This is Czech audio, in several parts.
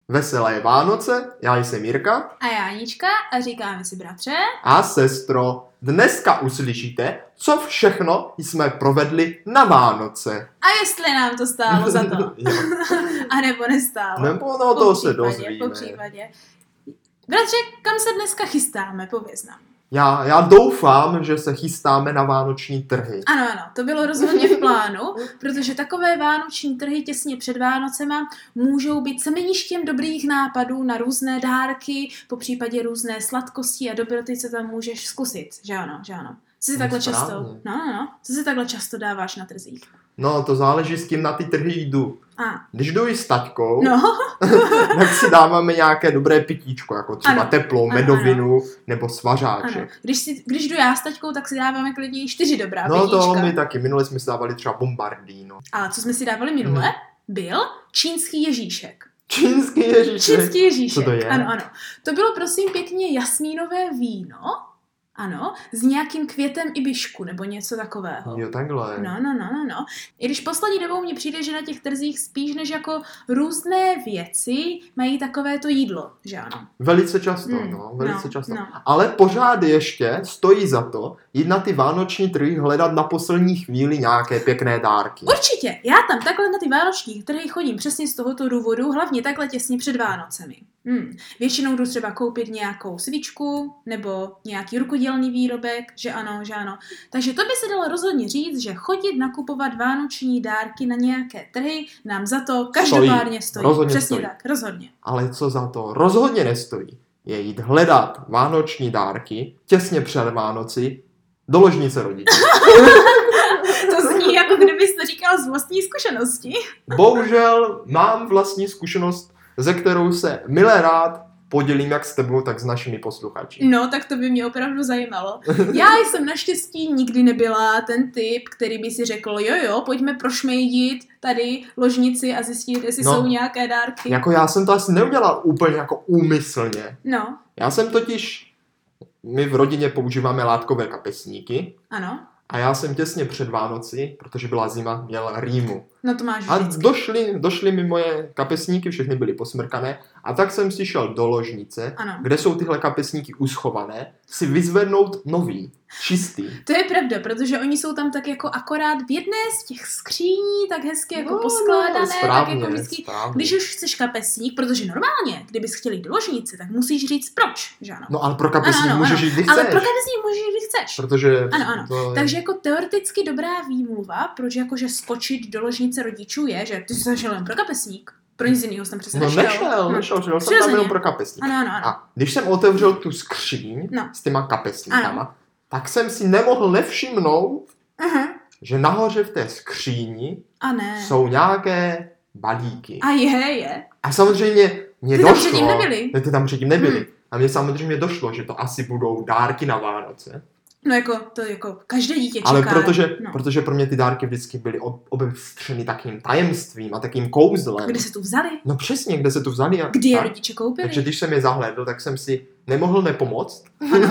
Veselé Vánoce, já jsem Jirka. A já Anička a říkáme si bratře. A sestro, dneska uslyšíte, co všechno jsme provedli na Vánoce. A jestli nám to stálo za to. A nebo nestálo. Nebo no, to se dozvíme. Po případě. Bratře, kam se dneska chystáme, pověz nám. Já doufám, že se chystáme na vánoční trhy. Ano, to bylo rozhodně v plánu, protože takové vánoční trhy těsně před Vánocema můžou být semeništěm dobrých nápadů na různé dárky, po případě různé sladkosti a dobroty, co tam můžeš zkusit, že ano. Co si takhle často? Co si takhle často dáváš na trzích? No, to záleží, s kým na ty trhy jdu. Když jdu i s taťkou, tak si dáváme nějaké dobré pitíčko, jako třeba teplou medovinu nebo svařáček. Když jdu já s taťkou, tak si dáváme klidně 4 dobrá pitíčka. No to my taky, minule jsme si dávali třeba bombardino. Ale co jsme si dávali minule, byl čínský Ježíšek. Čínský Ježíšek? Co to je? Ano. To bylo prosím pěkně jasmínové víno. Ano, s nějakým květem ibišku, nebo něco takového. Jo, takhle. No. I když poslední dobou mně přijde, že na těch trzích spíš než jako různé věci mají takovéto jídlo, že ano? Velice často, často. Ale pořád ještě stojí za to jít na ty vánoční trhy hledat na poslední chvíli nějaké pěkné dárky. Určitě, já tam takhle na ty vánoční trhy chodím přesně z tohoto důvodu, hlavně takhle těsně před Vánocemi. Většinou jdu třeba koupit nějakou svíčku nebo nějaký rukodělný výrobek, že ano. Takže to by se dalo rozhodně říct, že chodit nakupovat vánoční dárky na nějaké trhy nám za to každopádně stojí. Rozhodně přesně stojí. Tak, rozhodně. Ale co za to rozhodně nestojí, je jít hledat vánoční dárky těsně před Vánoci do ložnice rodičů. To zní, jako kdybys to říkal z vlastní zkušenosti. Bohužel mám vlastní zkušenost, ze kterou se milé rád podělím jak s tebou, tak s našimi posluchači. No, tak to by mě opravdu zajímalo. Já jsem naštěstí nikdy nebyla ten typ, který by si řekl, jo, pojďme prošmejdit tady ložnici a zjistit, jestli jsou nějaké dárky. Jako já jsem to asi neudělal úplně jako úmyslně. No. Já jsem totiž, my v rodině používáme látkové kapesníky. Ano. A já jsem těsně před Vánoci, protože byla zima, měl rýmu. No to máš vždycky. A došly mi moje kapesníky, všechny byly posmrkané. A tak jsem si šel do ložnice, kde jsou tyhle kapesníky uschované, si vyzvednout nový, čistý. To je pravda, protože oni jsou tam tak jako akorát v jedné z těch skříní, tak hezky jako poskládané. Správně, tak jako vždycky, když už chceš kapesník, protože normálně, kdybys chtěl jít do ložnice, tak musíš říct proč, že ano. No ale pro kapesník můžeš jít, kdy chceš. Ale pro kapesník můžeš jít, kdy chceš. Protože ano. Takže jako teoreticky dobrá výmluva, proč jakože skočit do ložnice rodičů je, že ty jsi zašel jen pro kapesník. Pro nic jiného jsem přece nešel. Nešel jsem tam jenom pro kapesník. Ano. A když jsem otevřel tu skříň s těma kapesníkama, tak jsem si nemohl nevšimnout, že nahoře v té skříni jsou nějaké balíky. A je. A samozřejmě mě ty došlo. Ty tam předtím nebyly. A mně samozřejmě došlo, že to asi budou dárky na Vánoce. No to každé dítě čeká. Ale protože pro mě ty dárky vždycky byly obestřeny takým tajemstvím a takým kouzlem. Kde se tu vzali? No přesně, kde se tu vzali. Kdy je rodiče koupili? Takže když jsem je zahlédl, tak jsem si nemohl nepomoct.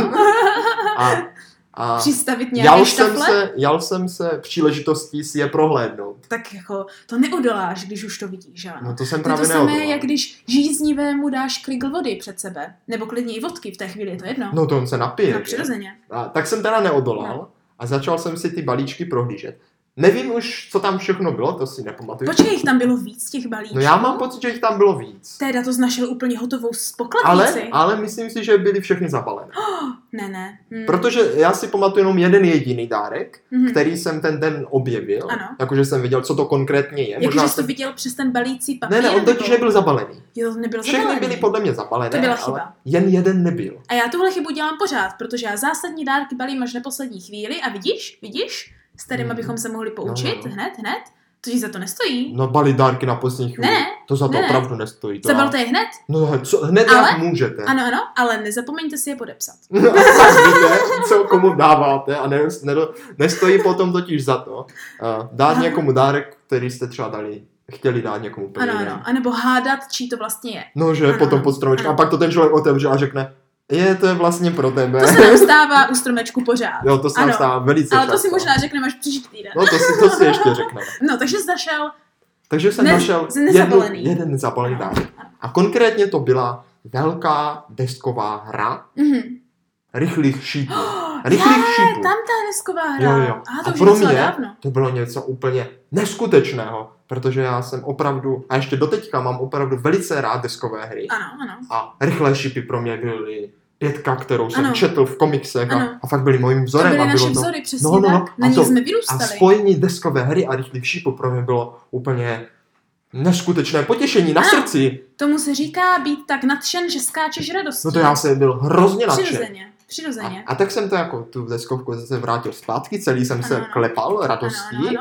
A přistavit nějaké štafle? Jal jsem se příležitostí si je prohlédnout. Tak jako to neodoláš, když už to vidíš, ano. No to jsem právě neodolal. To samé, jak když žíznivému dáš krigl vody před sebe. Nebo klidně i vodky v té chvíli, je to jedno. No to on se napije. No přirozeně. Tak jsem teda neodolal a začal jsem si ty balíčky prohlížet. Nevím už, co tam všechno bylo, to si nepamatuju. Počkej, jich tam bylo víc těch balíčků? No já mám pocit, že jich tam bylo víc. Teda to znašel úplně hotovou z pokladnici. Ale myslím si, že byly všechny zabalené. Ne. Protože já si pamatuju jenom jeden jediný dárek, který jsem ten den objevil. Ano. Jakože jsem viděl, co to konkrétně je. Jakože jsi to viděl přes ten balící papír? Ne, on totiž nebyl zabalený. Jo, nebyl všechny zabalený. byly podle mě zabalené, to byla chyba. Ale jen jeden nebyl. A já tuhle chybu dělám pořád, protože já zásadní dárky balím až na poslední chvíli a vidíš? S kterýma bychom se mohli poučit hned. To ti za to nestojí. No balit dárky na poslední chvíli. Ne. To za to opravdu nestojí. Zabalte je hned? No hned jak můžete. Ano, ale nezapomeňte si je podepsat. No, tak víte, co komu dáváte a nestojí potom totiž za to dát někomu dárek, který jste třeba chtěli dát někomu úplně. Ano, anebo hádat, čí to vlastně je. No, že potom pod stromečkem. A pak to ten člověk otevře a řekne, to je vlastně pro tebe. To se nám stává u stromečku pořád. Jo, to se nám stává velice často. Ale to si možná řekneme až příští týden. No, to si ještě řekneme. No, takže jsi zašel Takže jsem našel jeden zabalený dárek. A konkrétně to byla velká desková hra rychlých šípů. Tam ta desková hra. Jo. A pro mě to bylo něco úplně neskutečného, protože já jsem opravdu, a ještě doteďka mám opravdu velice rád deskové hry. Ano. A rychlé šípy pro mě byly 5, kterou jsem četl v komiksech a fakt byli mojím vzorem. To byly naše vzory, přesně tak. Na nich jsme vyrůstali. A spojení deskové hry a rychlých šípů pro mě bylo úplně neskutečné potěšení na srdci. Tomu se říká být tak nadšen, že skáčeš radostí. No to já jsem byl hrozně nadšen. Přirozeně. A tak jsem to jako tu deskovku zase vrátil zpátky, celý jsem se klepal radostí.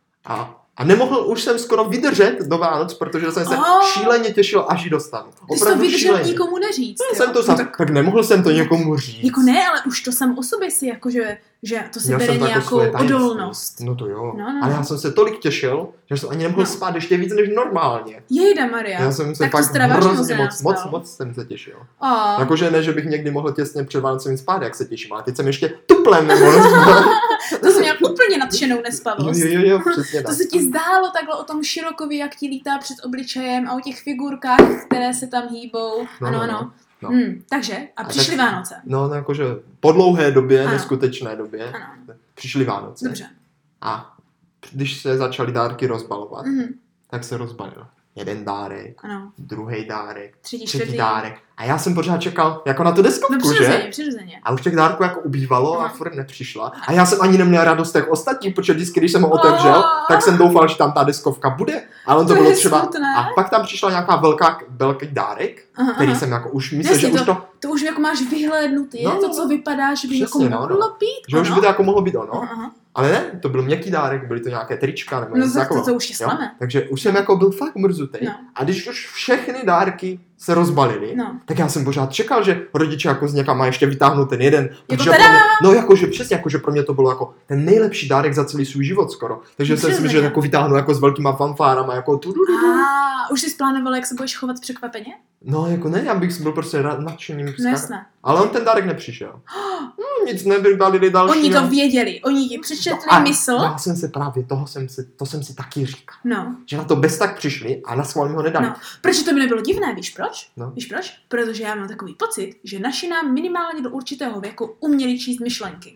A nemohl už jsem skoro vydržet do Vánoc, protože jsem se šíleně těšil, až ji dostanu. Ty jsi to vydržel nikomu neříct. Tak nemohl jsem to někomu říct. Jako ne, ale už to sam o sobě si jakože že to si bere nějakou odolnost. No to jo. Ale já jsem se tolik těšil, že jsem ani nemohl spát ještě víc než normálně. Jejda Maria. Já jsem se fakt hrozně moc jsem se těšil. Jakože ne, že bych někdy mohl těsně před Vánocem spát, jak se těším, ale teď jsem ještě tuplem nemohl spát. To jsi měl úplně nadšenou nespavost. Jo, přesně tak. To se ti zdálo takhle o tom Širokovi, jak ti lítá před obličejem a o těch figurkách, které se tam hýbou. Ano. Takže, a přišly Vánoce. No, jakože po dlouhé době, neskutečné době, přišly Vánoce. Dobře. A když se začaly dárky rozbalovat, tak se rozbalil jeden dárek, druhý dárek, třetí dárek. A já jsem pořád čekal jako na tu deskovku, že? Přirozeně. A už těch dárků jako ubývalo a furt nepřišla. A já jsem ani neměl radost těch ostatních, protože vždycky, když jsem ho otevřel, tak jsem doufal, že tam ta deskovka bude. Ale to bylo třeba. Smutné. A pak tam přišla nějaká velký dárek, který jsem jako už myslel, že už to... To už jako máš vyhlédnutý, to, co vypadá, že by jako mohlo být. Že už by to jako mohlo být ono. Ale ne, to byl měkký dárek, byly to nějaké trička nebo něco takového. To už je slavné. Takže už jsem jako byl fakt mrzutý. A když už všechny dárky se rozbalily, tak já jsem pořád čekal, že rodiče jako z někam má ještě vytáhnout ten jeden. Jako jakože přesně, jakože pro mě to bylo jako ten nejlepší dárek za celý svůj život skoro. Takže jsem si myslel, že jako vytáhnu jako s velkýma fanfárama, jako už jsi plánoval, jak se budeš chovat překvapeně? No, jako ne, já bych byl prostě nadšeným. Jasné. Ale on ten dárek nepřišel. Nic nebyli další. Oni to věděli, oni ti přečetli mysl. Já jsem se právě, to jsem si taky říkal. No. Že na to bez tak přišli a na schvál mi ho nedali. No. Proč to by nebylo divné, víš proč? Víš proč? Protože já mám takový pocit, že naši nám minimálně do určitého věku uměli číst myšlenky.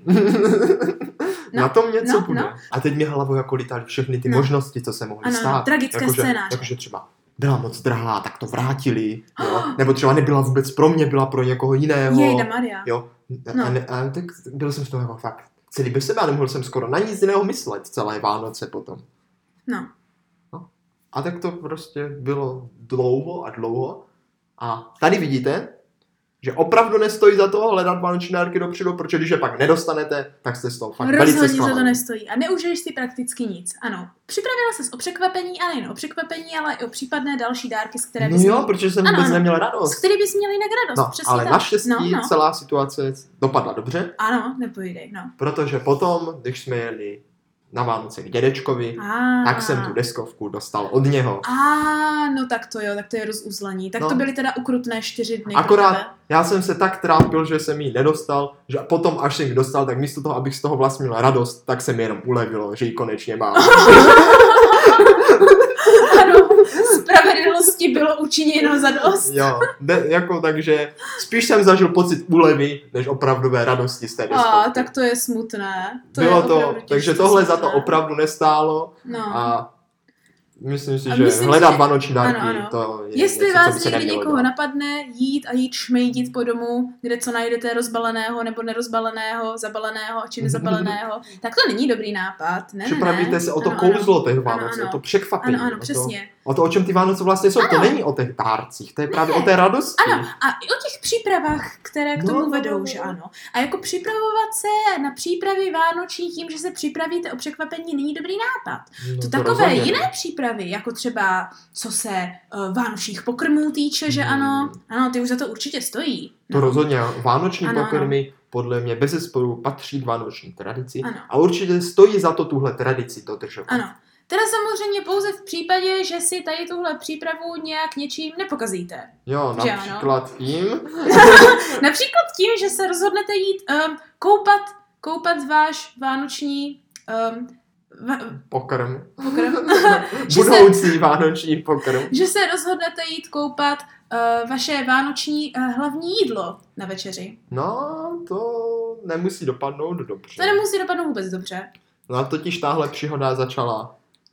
Na tom něco bude. A teď mě hlavou jako lítaly všechny ty možnosti, co se mohly stát. Tragické scénáře. Jakože třeba byla moc drahá, tak to vrátili, jo? Nebo třeba nebyla vůbec pro mě, byla pro někoho jiného. Jejda Maria. Jo? A tak byl jsem z toho jako fakt celý bez sebe a nemohl jsem skoro na nic jiného myslet celé Vánoce potom. No. A tak to prostě bylo dlouho. A tady vidíte, že opravdu nestojí za to hledat vánoční dárky dopředu, protože když je pak nedostanete, tak jste z toho fakt velice zklamaný. Rozhodně za to nestojí a neužiješ si prakticky nic. Ano, připravila ses o překvapení, ale nejen o překvapení, ale i o případné další dárky, z které bys protože jsem vůbec neměl radost. Z které bys měl jinak radost, přesně ale tak. naštěstí celá situace dopadla dobře. Ano, nepojdej, Protože potom, když jsme jeli na Vánoce k dědečkovi, tak jsem tu deskovku dostal od něho. No tak to je rozuzlení. Tak to byly teda ukrutné 4 dny. Akorát já jsem se tak trápil, že jsem ji nedostal, že potom, až jsem ji dostal, tak místo toho, abych z toho vlastně měl radost, tak se mi jenom ulevilo, že ji konečně mám. Ano, spravedlnosti bylo učiněno zadost. Jo, takže spíš jsem zažil pocit úlevy, než opravdové radosti z té deskovky. Tak to je smutné. Bylo to, takže tohle smutné. Za to opravdu nestálo. A myslím si, že hledat vánoční dárky, to je jestli něco, vás někdy někoho napadne jít šmejdit po domu, kde co najdete rozbaleného nebo nerozbaleného, zabaleného či nezabaleného, tak to není dobrý nápad. Připravíte se o to kouzlo těch Vánoc, o to překvapení. Ano, přesně. O to, o čem ty Vánoce vlastně jsou, to není o těch dárcích, to je právě o té radosti. Ano, a i o těch přípravách, které k tomu vedou, že ano. A jako připravovat se na přípravy vánoční tím, že se připravíte o překvapení, není dobrý nápad. To takové jiné přípravy, jako třeba co se vánočních pokrmů týče, že ano, ty už za to určitě stojí. To rozhodně, vánoční pokrmy podle mě bezesporu patří k vánoční tradici a určitě stojí za to tuhle tradici dodržovat. Ano. Teda samozřejmě pouze v případě, že si tady tuhle přípravu nějak něčím nepokazíte. Jo, například tím. Například tím, že se rozhodnete jít koupat váš vánoční Pokrm. Budoucí vánoční pokrm. Že se rozhodnete jít koupat vaše vánoční hlavní jídlo na večeři. No, to nemusí dopadnout dobře. To nemusí dopadnout vůbec dobře. No a totiž tahle příhoda začala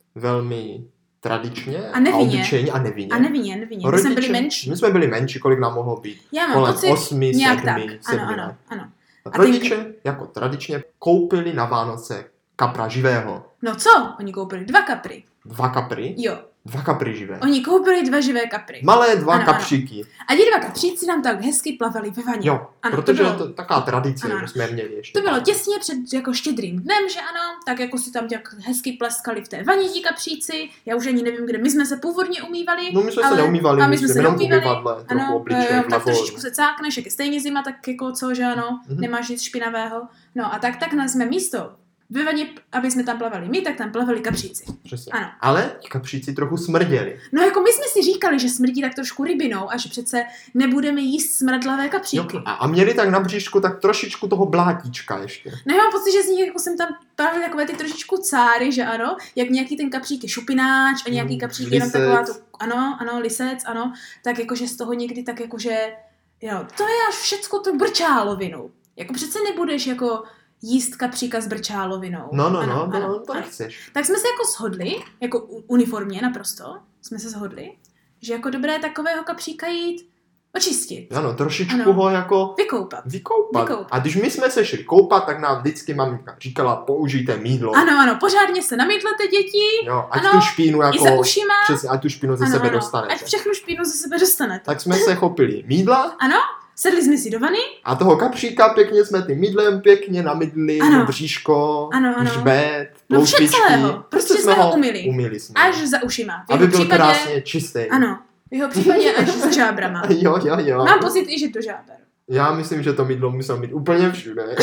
velmi tradičně a obyčejně a nevinně. A nevinně. My jsme byli menší. My jsme byli menší, kolik nám mohlo být? Já mám pocit, 8, 7. Ano. A rodiče jako tradičně koupili na Vánoce kapra živého. No co? Oni koupili 2 kapry. 2 kapry? Jo. 2 kapry živé. Oni koupili 2 živé kapry. Malé 2 kapříky. A ti 2 kapříci nám tak hezky plavali ve vaně. Jo, ano, protože to bylo taková tradice, že jsme měli ještě. To bylo těsně před jako Štědrým dnem, že ano, tak jako si tam tak hezky pleskali v té vaně ti kapříci. Já už ani nevím, kde my jsme se původně umývali. No my jsme se neumývali, my jsme se jenom umývadle, trochu obličej, tak trošičku se cákneš, jak je stejně zima, tak jako co, že ano, nemáš nic špinavého. No a tak jsme místo ve vaně, aby jsme tam plavali my, tak tam plavali kapříci. Přesně. Ano. Ale ti kapříci trochu smrděli. No jako my jsme si říkali, že smrdí tak trošku rybinou a že přece nebudeme jíst smradlavé kapříky. Jo, a měli tak na bříšku tak trošičku toho blátíčka ještě. No já mám pocit, že z nich jako jsem tam plavili takové ty trošičku cáry, že ano, jak nějaký ten kapřík je šupináč a nějaký kapřík je jenom taková to, ano, lisec, ano, tak jakože z toho někdy tak jakože, jo, to je až všecko to brčálovinu. Jako přece nebudeš jako jíst kapříka s brčálovinou. No, to nechceš. Tak jsme se jako shodli, jako uniformně naprosto, jsme se shodli, že jako dobré takového kapříka jít očistit. Ano, trošičku ho jako vykoupat. A když my jsme se šli koupat, tak nám vždycky maminka říkala, použijte mýdlo. Ano, pořádně se namydlete, děti. Jo, ať tu špínu jako... I za ušima. Přesně, ať tu špínu ze sebe dostanete. Ať všechnu špínu ze sebe dostanete. Tak jsme se chopili mýdla. Ano. Sedli jsme si do vany. A toho kapříka pěkně jsme tím mydlem pěkně namydli, bříško, hřbet, ploupičky. Prostě jsme ho umyli. Umyli jsme. Až za ušima. Aby byl krásně čistý. Ano, v jeho případě až za žábrama. Jo. Mám pocit i, že do žáber. Já myslím, že to mydlo muselo mít úplně všude.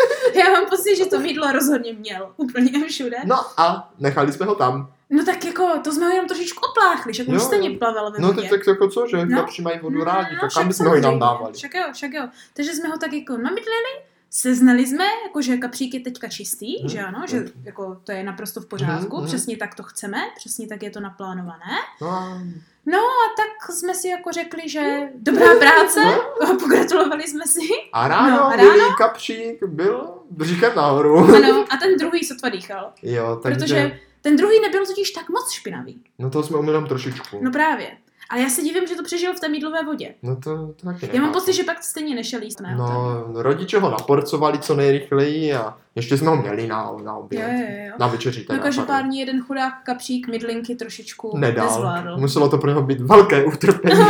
Já mám pocit, že to mydlo rozhodně měl úplně všude. No a nechali jsme ho tam. No tak jako, to jsme ho jenom trošičku opláchli, že už stejně plaval ve vodě. No tak jako co, že kapři mají vodu rádi, tak kam bychom ho jinam dávali. Však jo. Takže jsme ho tak jako namydlili, seznali jsme, jako že kapřík je teďka čistý, že ano, že jako to je naprosto v pořádku, přesně tak to chceme, přesně tak je to naplánované. No a tak jsme si jako řekli, že dobrá práce, pogratulovali jsme si. A ráno byli kapřík, byl bříkem nahoru. Ano, a ten druhý sotva dýchal. Jo, takže... Protože ten druhý nebyl totiž tak moc špinavý. No to jsme uměli trošičku. No právě. Ale já se divím, že to přežil v té mýdlové vodě. No to taky Já mám pocit, že pak stejně nešel jíst. No, rodiče ho naporcovali co nejrychleji a ještě jsme ho měli na oběd. Jo. Na večeři teda. No každopádně jeden chudák kapřík mydlinky trošičku nezvládl. Muselo to pro něho být velké utrpení.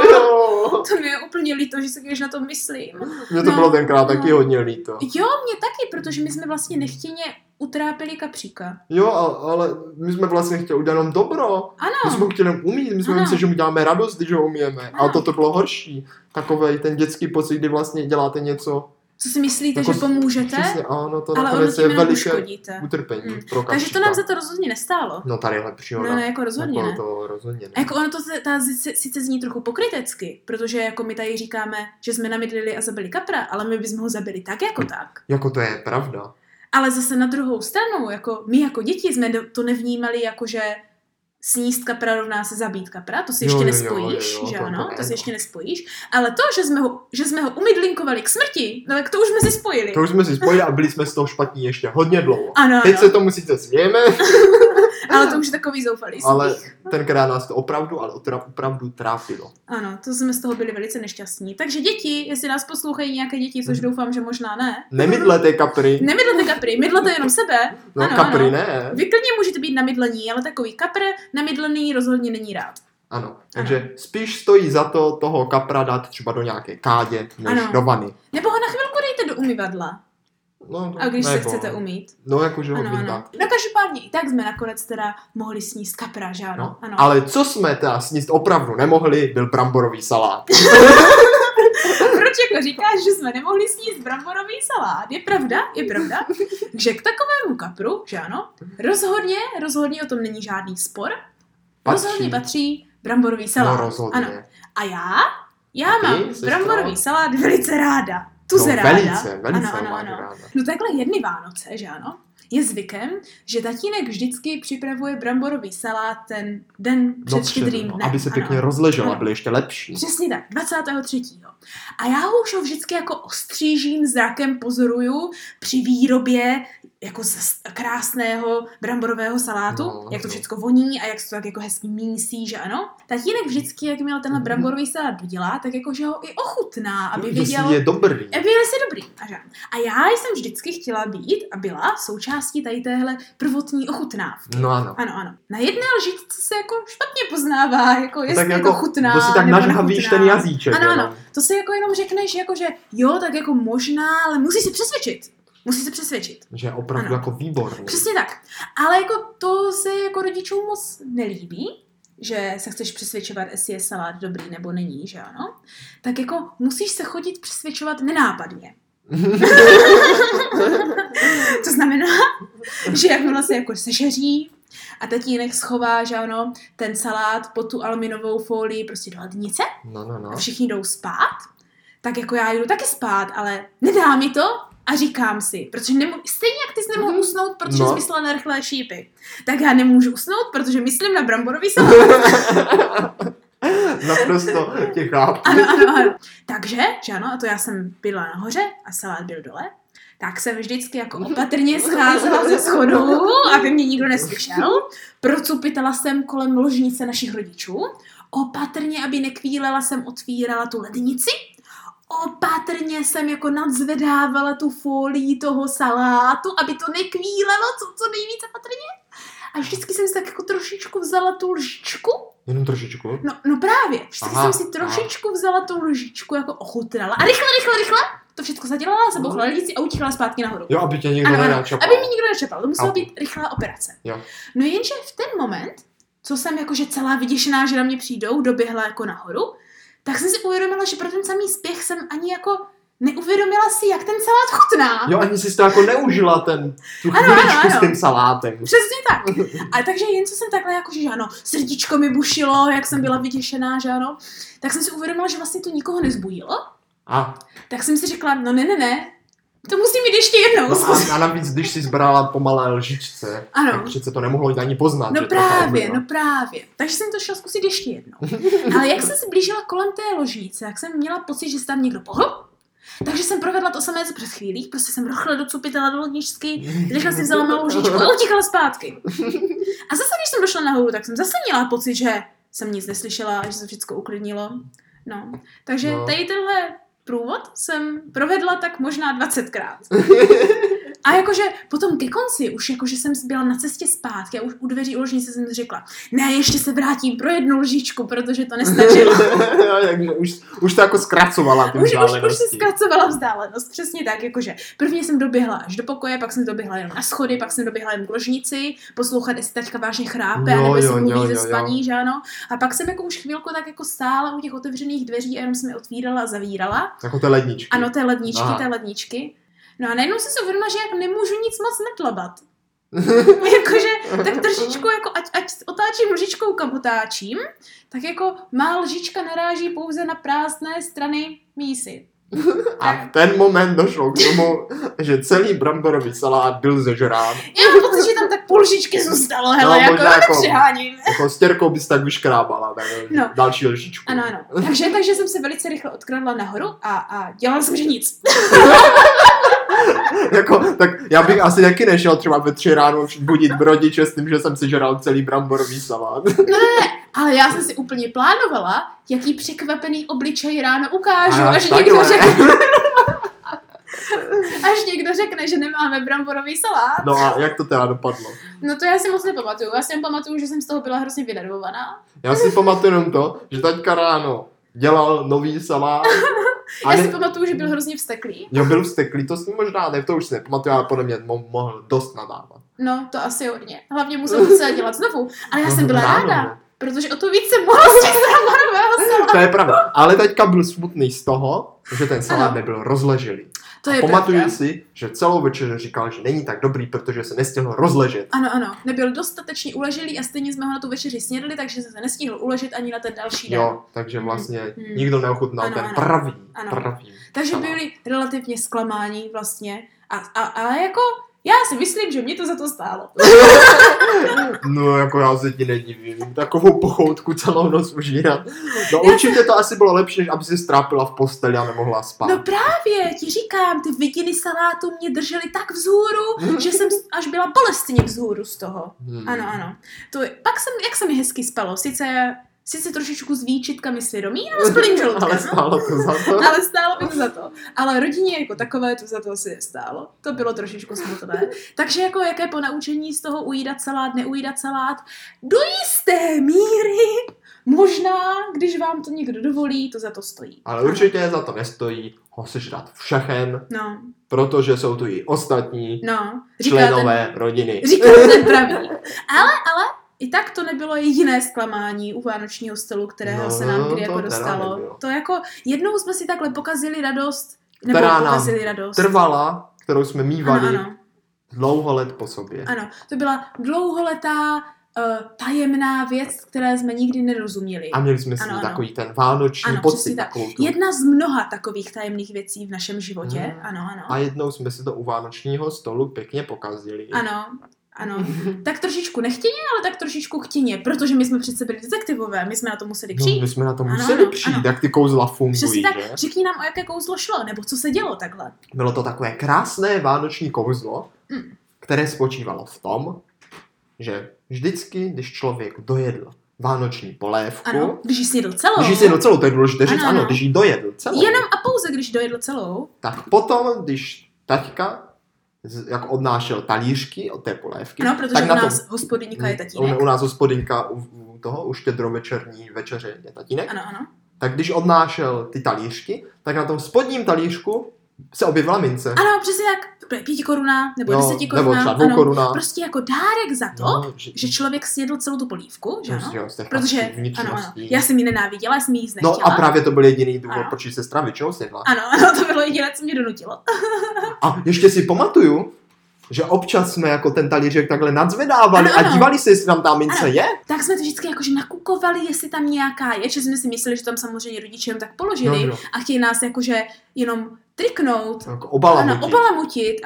To mi je úplně líto, že se když na to myslím. Mně to bylo tenkrát taky hodně líto. Jo, mě taky, protože my jsme vlastně nechtěně utrápili kapříka. Jo, ale my jsme vlastně chtěli udělat jenom dobro. Ano. My jsme ho chtěli umít, my jsme mysleli, že mu děláme radost, když ho umíme. Ale toto bylo horší. Takovej ten dětský pocit, kdy vlastně děláte něco. Co si myslíte, jako, že pomůžete? Přesně, ano, to ale ono tím jenom uškodíte. Utrpení pro kapříka. Takže to nám za to rozhodně nestálo. No tady je lepší. No, jako rozhodně jako ne. To rozhodně ne. Jako ono to sice zní trochu pokrytecky, protože jako my tady říkáme, že jsme namydlili a zabili kapra, ale my bychom ho zabili tak jako tak. Jako to je pravda. Ale zase na druhou stranu, jako my jako děti jsme to nevnímali jako, že sníst kapra rovná se zabít kapra, to si ještě nespojíš, že ano, to si ještě nespojíš, ale to, že jsme ho umydlinkovali k smrti, no tak to už jsme si spojili. To už jsme si spojili a byli jsme z toho špatní ještě hodně dlouho. Ano. Teď se tomu sice smějeme. Ale to už je takový zoufalý. Ale tenkrát nás to opravdu trápilo. Ano, to jsme z toho byli velice nešťastní. Takže děti, jestli nás poslouchají nějaké děti, což doufám, že možná ne. Nemydlete kapry, mydlete jenom sebe. No ano, kapry ne. Vy klidně můžete být namydlení, ale takový kapr namydlený rozhodně není rád. Ano, takže spíš stojí za to toho kapra dát třeba do nějaké kádě, než do vany. Nebo ho na chvilku dejte do umyvadla. No, a když se chcete umýt. No, jakože ho vydat. No každopádně i tak jsme nakonec teda mohli sníst kapra, že ano? No. Ano. Ale co jsme teda sníst opravdu nemohli, byl bramborový salát. Proč jako říkáš, že jsme nemohli sníst bramborový salát? Je pravda, že k takovému kapru, že ano, rozhodně o tom není žádný spor. Rozhodně patří bramborový salát. No, rozhodně. Ano. A já mám bramborový salát velice ráda. Velice ráda. Ano. No takhle jedny Vánoce, že ano? je zvykem, že tatínek vždycky připravuje bramborový salát ten den před Štědrým dnem. Aby se pěkně rozležela, byly ještě lepší. Přesně tak, 23. A já ho už vždycky jako ostřížím zrakem pozoruju při výrobě jako krásného bramborového salátu, jak to všechno voní a jak se to tak jako hezky mísí, že ano. Tatínek vždycky, jak měl tenhle bramborový salát dodělá, tak jakože ho i ochutná, aby věděl, je dobrý. Aby jestli dobrý. A já jsem vždycky chtěla být a byla součástí tady téhle prvotní ochutnávky. No ano. Ano. Na jedné lžičce se jako špatně poznává, jako jestli tak jako chutná, to si tak nažhavíš ten jazyček. Ano. To si jako jenom řekneš, jako že jo, tak jako možná, ale musí se přesvědčit. Že je opravdu jako výborný. Přesně tak. Ale jako to se jako rodičům moc nelíbí, že se chceš přesvědčovat, jestli je salát dobrý nebo není, že ano? Tak jako musíš se chodit přesvědčovat nenápadně. To znamená, že jakmile se jako sežeří a tatínek schová, že ano, ten salát pod tu aluminovou folii prostě do lednice a všichni jdou spát, tak jako já jdu taky spát, ale nedá mi to a říkám si, protože stejně jak ty jsi nemohl usnout, protože jsi myslela na rychlé šípy, tak já nemůžu usnout, protože myslím na bramborový salát. Naprosto tě chápu. Ano. Takže, že ano, a to já jsem bydla nahoře a salát byl dole, tak jsem vždycky jako opatrně scházela ze schodů, aby mě nikdo neslyšel. Procupitala jsem kolem ložnice našich rodičů. Opatrně, aby nekvílela, jsem otvírala tu lednici. Opatrně jsem jako nadzvedávala tu folii toho salátu, aby to nekvílelo, co nejvíc opatrně. A vždycky jsem si tak jako trošičku vzala tu lžičku. Jenom trošičku? No právě. Vždycky jsem si trošičku vzala tu lžičku, jako ochutnala. A rychle. To všechno zadělala, zabouchla lednici a utíkala zpátky nahoru. Jo, aby tě nikdo nenačapal. Aby mi nikdo nečapal. To musela být rychlá operace. Jo. No jenže v ten moment, co jsem jakože celá vyděšená, že na mě přijdou, doběhla jako nahoru, tak jsem si uvědomila, že pro ten samý spěch jsem ani jako neuvědomila si, jak ten salát chutná. Jo, ani jsi to jako neužila tu chvíličku s tím salátem. Přesně tak. A takže jen co jsem takhle jakože, že ano, srdíčko mi bušilo, jak jsem byla vyděšená, že ano, tak jsem si uvědomila, že vlastně to nikoho nezbudilo. Tak jsem si řekla, no ne, to musím mít ještě jednou. No a navíc, když jsi zbrala po malé lžičce, tak přece to nemohlo ani poznat. No právě. Takže jsem to šla zkusit ještě jednou. Ale jak jsem se blížila kolem té ložnice, jak jsem měla pocit, že se tam někdo pohl, takže jsem provedla to samé, co před chvílí. Prostě jsem rychle docupitala do ledničky, rychle si vzala malou lžičku a utíkala zpátky. A zase, když jsem došla nahoru, tak jsem zase měla pocit, že jsem nic neslyšela a že se všechno uklidnilo. No, takže tady tenhle průvod jsem provedla tak možná 20krát. A jakože potom ke konci, už jakože jsem byla na cestě zpátky a už u dveří u ložnice jsem řekla, ne, ještě se vrátím pro jednu lžičku, protože to nestačilo. Takže už to jako zkracovala tu vzdálenost. Už si zkracovala vzdálenost, přesně tak, jakože prvně jsem doběhla až do pokoje, pak jsem doběhla jenom na schody, pak jsem doběhla jen k ložnici, poslouchat, jestli taťka vážně chrápe, nebo jestli mluví ze spaní, že ano. A pak jsem jako už chvilku tak jako stála u těch otevřených dveří a jenom jsem je otvírala a zavírala. Jako té ledničky. Ano, té ledničky. No a najednou jsem si uvědomila, že jak nemůžu nic moc netlabat. Jakože tak trošičku, jako ať otáčím lžičkou, kam otáčím, tak jako má lžička naráží pouze na prázdné strany mísy. A v ten moment došlo k tomu, že celý bramborový salát byl zežrán. Já mám pocit, že tam tak půl lžičky zůstalo, hele, jako nepřeháním. Jako stěrkou bys tak vyškrábala, tak další lžičku. Ano. Takže jsem se velice rychle odkradla nahoru a dělala jsem, že nic. Tak já bych asi taky nešel třeba ve 3 ráno budit rodiče s tím, že jsem si žral celý bramborový salát. Ne, ale já jsem si úplně plánovala, jaký překvapený obličej ráno ukážu, až někdo řekne, že nemáme bramborový salát. No a jak to teda dopadlo? No to já si moc nepamatuju. Já si pamatuju, že jsem z toho byla hrozně vynervovaná. Já si pamatuju jenom to, že taťka ráno dělal nový salát. Já si pamatuju, že byl hrozně vzteklý. Jo, byl vzteklý, to s ním možná ne, to už si nepamatuju, ale podle mě mohl dost nadávat. No, to asi hodně. Hlavně musel to dělat znovu. Ale já jsem byla ráda, protože o to víc jsem mohla z těch bramborového salátu. To je pravda, ale teďka byl smutný z toho, že ten salát nebyl rozleželý. Pamatuju si, že celou večer říkal, že není tak dobrý, protože se nestihl rozležet. Ano, nebyl dostatečně uleželý a stejně jsme ho na tu večeři snědli, takže se nestihl uležet ani na ten další den. Jo, takže vlastně nikdo neochutnal ten pravý. Takže byli relativně zklamáni vlastně. Ale jako Já si myslím, že mě to za to stálo. No, jako já se ti nedivím. Takovou pochoutku celou noc užírat. No určitě to asi bylo lepší, než aby si strápila v posteli a nemohla spát. No právě, ti říkám, ty vidiny salátu mě držely tak vzhůru, že jsem až byla bolestně vzhůru z toho. Ano. Jak se mi hezky spalo, sice trošičku s výčitkami svědomí, ale s plným žaludkem. Ale stálo to za to. Ale stálo by to za to. Ale rodině jako takové to za to asi nestálo. To bylo trošičku smutné. Takže jako jaké ponaučení z toho ujídat salát, neujídat salát? Do jisté míry možná, když vám to někdo dovolí, to za to stojí. Ale určitě za to nestojí ho sežrat všechen, protože jsou tu i ostatní členové rodiny. Říká ten pravý. Ale i tak to nebylo jediné zklamání u vánočního stolu, kterého se nám kdy jako dostalo. To jako jednou jsme si takhle pokazili radost, trvala, kterou jsme mívali dlouho let po sobě. Ano, to byla dlouholetá tajemná věc, které jsme nikdy nerozuměli. A měli jsme si takový ten vánoční pocit. Jedna z mnoha takových tajemných věcí v našem životě. Ano. A jednou jsme si to u vánočního stolu pěkně pokazili. Ano, tak trošičku nechtěně, ale tak trošičku chtěně, protože my jsme přece byli detektivové, my jsme na to museli přijít. No, my jsme na to museli přijít, jak ty kouzla fungují, přesně tak, že? Řekni nám, o jaké kouzlo šlo, nebo co se dělo takhle. Bylo to takové krásné vánoční kouzlo, které spočívalo v tom, že vždycky, když člověk dojedl vánoční polévku... Když ji sjedl celou. Když ji sjedl celou, to je důležité říct, když ji dojedl celou. Jenom a pouze, když dojedl celou. Tak potom, když taťka jako odnášel talířky od té polévky. Ano, protože u nás hospodyňka je tatínek. U nás hospodyňka u toho, už štědrovečerní večeře je tatínek. Ano. Tak když odnášel ty talířky, tak na tom spodním talířku se objevila mince. Ano, přesně tak. 5 koruna, nebo 10 koruna. Nebo 2 koruna. Prostě jako dárek za to, že člověk sjedl celou tu polívku, že ano? Protože, ano, já jsem ji nenáviděla, já jsem ji jíst nechtěla. No a právě to byl jediný důvod, proč sestra většinou sjedla. Ano, to bylo jediné, co mě donutilo. A ještě si pamatuju, že občas jsme jako ten talířek takhle nadzvedávali a dívali se, jestli tam ta mince je. Tak jsme to vždycky jakože nakukovali, jestli tam nějaká je, že jsme si mysleli, že tam samozřejmě rodiče jen tak položili a chtějí nás jakože jenom triknout, jako obalamutit,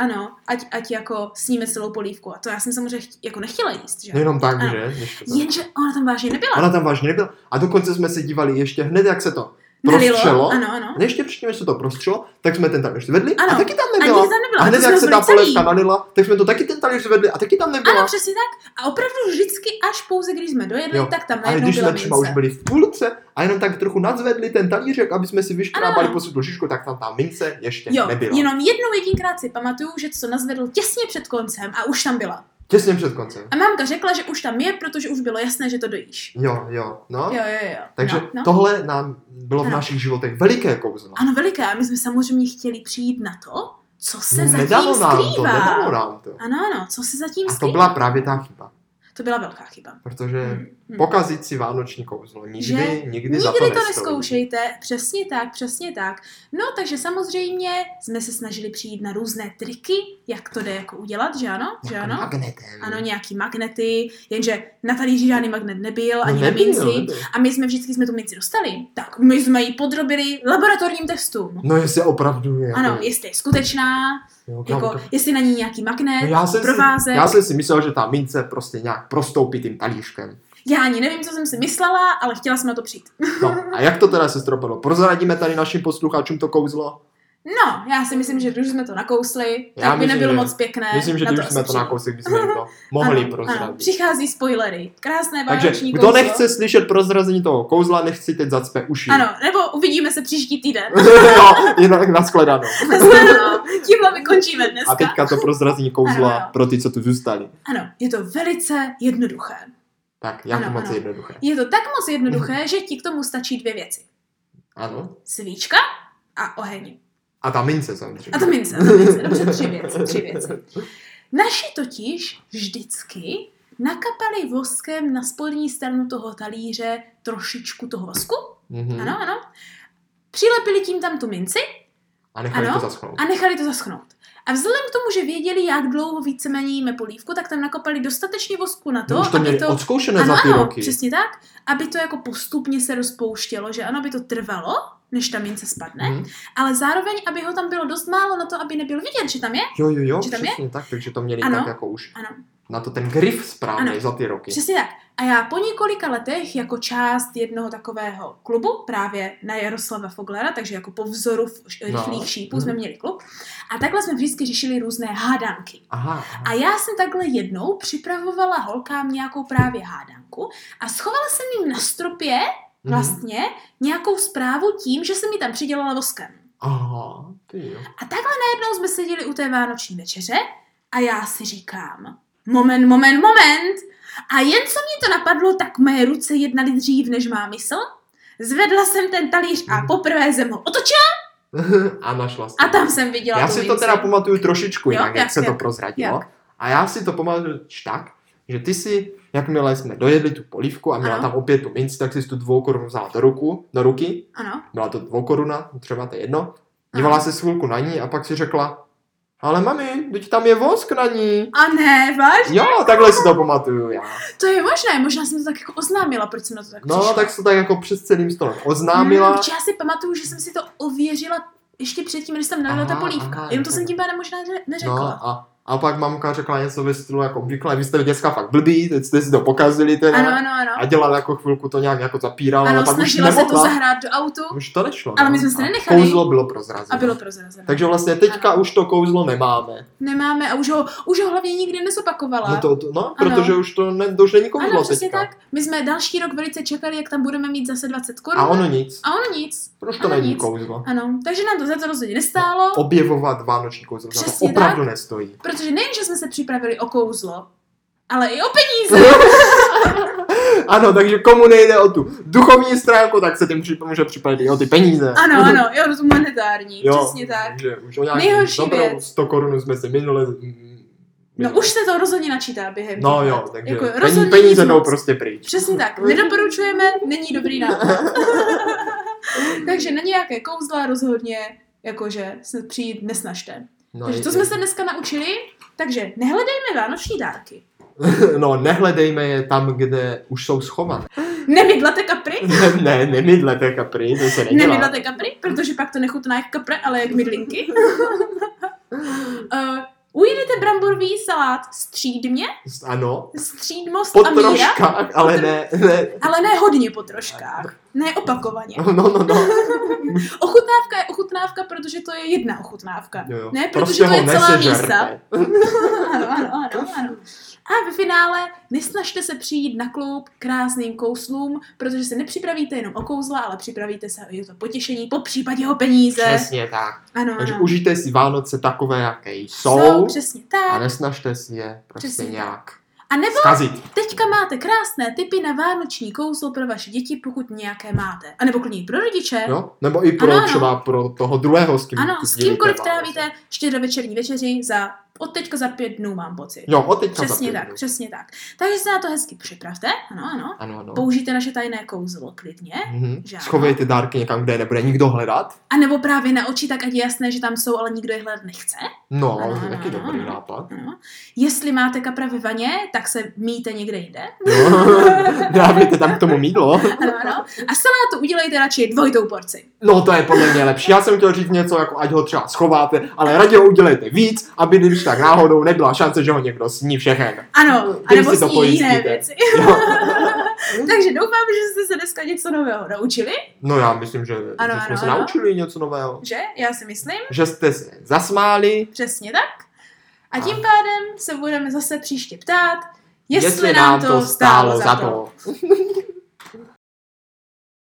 ať jako sníme celou polívku. A to já jsem samozřejmě jako nechtěla jíst, že? Jenom tak, že? Jenže ona tam vážně nebyla. A dokonce jsme se dívali ještě hned, jak se to prostřelo. Ano. Ještě předtím, než se to prostřelo, tak jsme ten talíř zvedli a taky tam nebyla. A hned, jak se ta polévka nalila, tak jsme to taky ten talíř zvedli a taky tam nebyla. Ano, přesně tak. A opravdu vždycky až pouze, když jsme dojedli, tak tam najednou byla mince. Ale když jsme třeba už byli v půlce a jenom tak trochu nadzvedli ten talířek, aby jsme si vyškrábali poslední šišku, tak tam ta mince ještě nebyla. Jenom jedinkrát si pamatuju, že to nazvedl těsně před koncem a už tam byla. Těsně před koncem. A mámka řekla, že už tam je, protože už bylo jasné, že to dojíš. Jo. Takže no. tohle nám bylo v našich životech veliké kouzlo. Ano, veliké. A my jsme samozřejmě chtěli přijít na to, co se zatím skrývá. Nedalo nám to. Ano, co se zatím skrývá. A to byla právě ta chyba. To byla velká chyba. Protože pokazit si vánoční kouzlo nikdy za to neskoušejte. Přesně tak. No, takže samozřejmě jsme se snažili přijít na různé triky, jak to jde jako udělat, že ano? Magnetem. Ano, nějaký magnety, jenže na talíři žádný magnet nebyl, ani na minci. A my jsme vždycky tu minci dostali. Tak my jsme ji podrobili laboratorním testům. No jestli opravdu je. Ano, jestli je skutečná, jestli na ní nějaký magnet, provázek. Já jsem si myslel, že ta mince prostě nějak prostoupí tím talířkem. Já ani nevím, co jsem si myslela, ale chtěla jsem na to přijít. No, a jak to teda se stropilo? Prozradíme tady našim posluchačům to kouzlo? No, já si myslím, že když jsme to nakousli, tak by nebylo moc pěkné. Myslím, že když jsme to nakousli, bychom jim to mohli prozradit. Ano, přichází spoilery. Krásné vánoční kouzlo. Kdo nechce slyšet prozrazení toho kouzla, nech si teď zacpe uši. Ano, nebo uvidíme se příští týden. Jo, jinak nashledanou. Tímhle vykončíme dneska. A teďka to prozrazení kouzla pro ty, co tu zůstali. Ano, je to velice jednoduché. Tak, jak moc jednoduché? Je to tak moc jednoduché, že ti k tomu stačí 2 věci. Ano. Svíčka a oheň. A ta mince samozřejmě. A ta mince. Dobře, 3 věci. Naši totiž vždycky nakapali voskem na spodní stranu toho talíře trošičku toho vosku. Ano. Přilepili tím tam tu minci A nechali to zaschnout. A nechali to zaschnout. A vzhledem k tomu, že věděli, jak dlouho víceméně jíme polívku, tak tam nakopali dostatečně vosku na to, no, už to měli odzkoušené za ty roky. Přesně tak, aby to jako postupně se rozpouštělo, že ano, aby to trvalo, než ta mince spadne, ale zároveň, aby ho tam bylo dost málo na to, aby nebyl vidět, že tam je. Jo, přesně tak, takže to měli tak jako už na to ten grif správný za ty roky. Přesně tak. A já po několika letech jako část jednoho takového klubu, právě na Jaroslava Foglera, takže jako po vzoru rychlých šípů jsme měli klub. A takhle jsme vždycky řešili různé hádanky. Aha. A já jsem takhle jednou připravovala holkám nějakou právě hádanku a schovala jsem jim na stropě vlastně nějakou zprávu tím, že jsem ji tam přidělala voskem. Aha, ty jo. A takhle najednou jsme seděli u té vánoční večeře a já si říkám, moment. A jen co mě to napadlo, tak moje ruce jednaly dřív, než má mysl. Zvedla jsem ten talíř a poprvé jsem ho otočila. A našla a tam jsem viděla. Já si to teda pamatuju trošičku jinak, jak se to prozradilo. A já si to pamatuju tak, že ty si, jakmile jsme dojedli tu polívku a měla tam opět tu minci, tak si tu 2 korun vzala do ruky. Ano. Byla to 2 koruna, třeba to je jedno. Dívala se chvilku na ní a pak si řekla, ale mami, teď tam je vosk na ní. A ne, vážně? Jo, takhle si to pamatuju já. To je možné, možná jsem to tak jako oznámila, proč jsem na to tak přišla. No, tak jsem to tak jako přes celým stolem oznámila. Já si pamatuju, že jsem si to ověřila ještě předtím, než jsem nalila ta polívka. Jenom to jsem tím pádem možná neřekla. No, a pak mamka řekla něco ve stylu jako obvykle, vy jste děcka fakt blbý, teď jste si to pokazili teda. Ano. A dělala jako chvilku to nějak jako zapírala, ale pak už snažila se to zahrát do autu. Už to nešlo. Ale my jsme se nenechali. Kouzlo bylo prozrazené. A bylo prozrazené. Takže vlastně teďka už to kouzlo nemáme. Nemáme a už ho hlavně nikdy nezopakovala. Protože už to není kouzlo. Ano, přesně tak. My jsme další rok velice čekali, jak tam budeme mít zase 20 korun. A ono nic. Proč to není kouzlo? Ano, takže nám to za to rozhodně nestálo. Objevovat vánoční kouzlo, za to opravdu nestojí. Protože nejen, že jsme se připravili o kouzlo, ale i o peníze. Ano, takže komu nejde o tu duchovní stránku, tak se tím může připravit i o ty peníze. Ano, jo, to monetární, přesně tak. Takže už o nějakou dobrou 100 korun jsme se minule... No už se to rozhodně načítá během. No jo, takže jako peníze jdou prostě pryč. Přesně tak, nedoporučujeme, není dobrý nápad. Takže na nějaké kouzla rozhodně, jakože se přijít nesnažte. No, takže to jsme se dneska naučili, takže nehledejme vánoční dárky. No, nehledejme je tam, kde už jsou schované. Nemydlete kapry? Nemydlete kapry, to se nedělá. Nemydlete kapry, protože pak to nechutná jak kapre, ale jak mydlinky. Ujedete bramborový salát střídmě? Ano. Střídmost po a míra. troškách, ale ne. Ale ne hodně po troškách. Ne opakovaně. No. Ochutnávka je ochutnávka, protože to je jedna ochutnávka. Jo. Ne, prostě protože to je celá místa. Ano. A ve finále nesnažte se přijít na klub krásným kouslům, protože se nepřipravíte jenom o kouzla, ale připravíte se o to potěšení, po případě o peníze. Přesně tak. Ano. Takže užijte si Vánoce takové, jaké jsou. Přesně tak. A nesnažte si je prostě nějak a nebo zkazit. Teďka máte krásné tipy na vánoční kouzlo pro vaše děti, pokud nějaké máte. A nebo klidně pro rodiče. Jo? Nebo i pro třeba pro toho druhého, s kýmkoliv trávíte štědrovečerní večeři od teďka za 5 dnů, mám pocit. Jo, od teďka přesně za 5 tak, dnů. Přesně tak. Takže se na to hezky připravte. Ano. Použijte naše tajné kouzlo klidně. Schovejte dárky někam, kde je nebude nikdo hledat. A nebo právě na oči, tak ať je jasné, že tam jsou, ale nikdo je hledat nechce. No, to je taky dobrý nápad. Jestli máte kapra ve vaně, tak se míjte někde jinde. Dávejte tam k tomu mýdlo. Ano. A salátu udělejte radši 2 porci. No, to je podle mě lepší. Já jsem chtěl říct něco, jako ať ho třeba schováte, ale raději ho udělejte víc, aby když tak náhodou nebyla šance, že ho někdo sní všechen. Ano, anebo sní jiné věci. Takže doufám, že jste se dneska něco nového naučili. No já myslím, že jsme se naučili něco nového. Že? Já si myslím. Že jste se zasmáli. Přesně tak. A tím pádem se budeme zase příště ptát, jestli nám to stálo za to.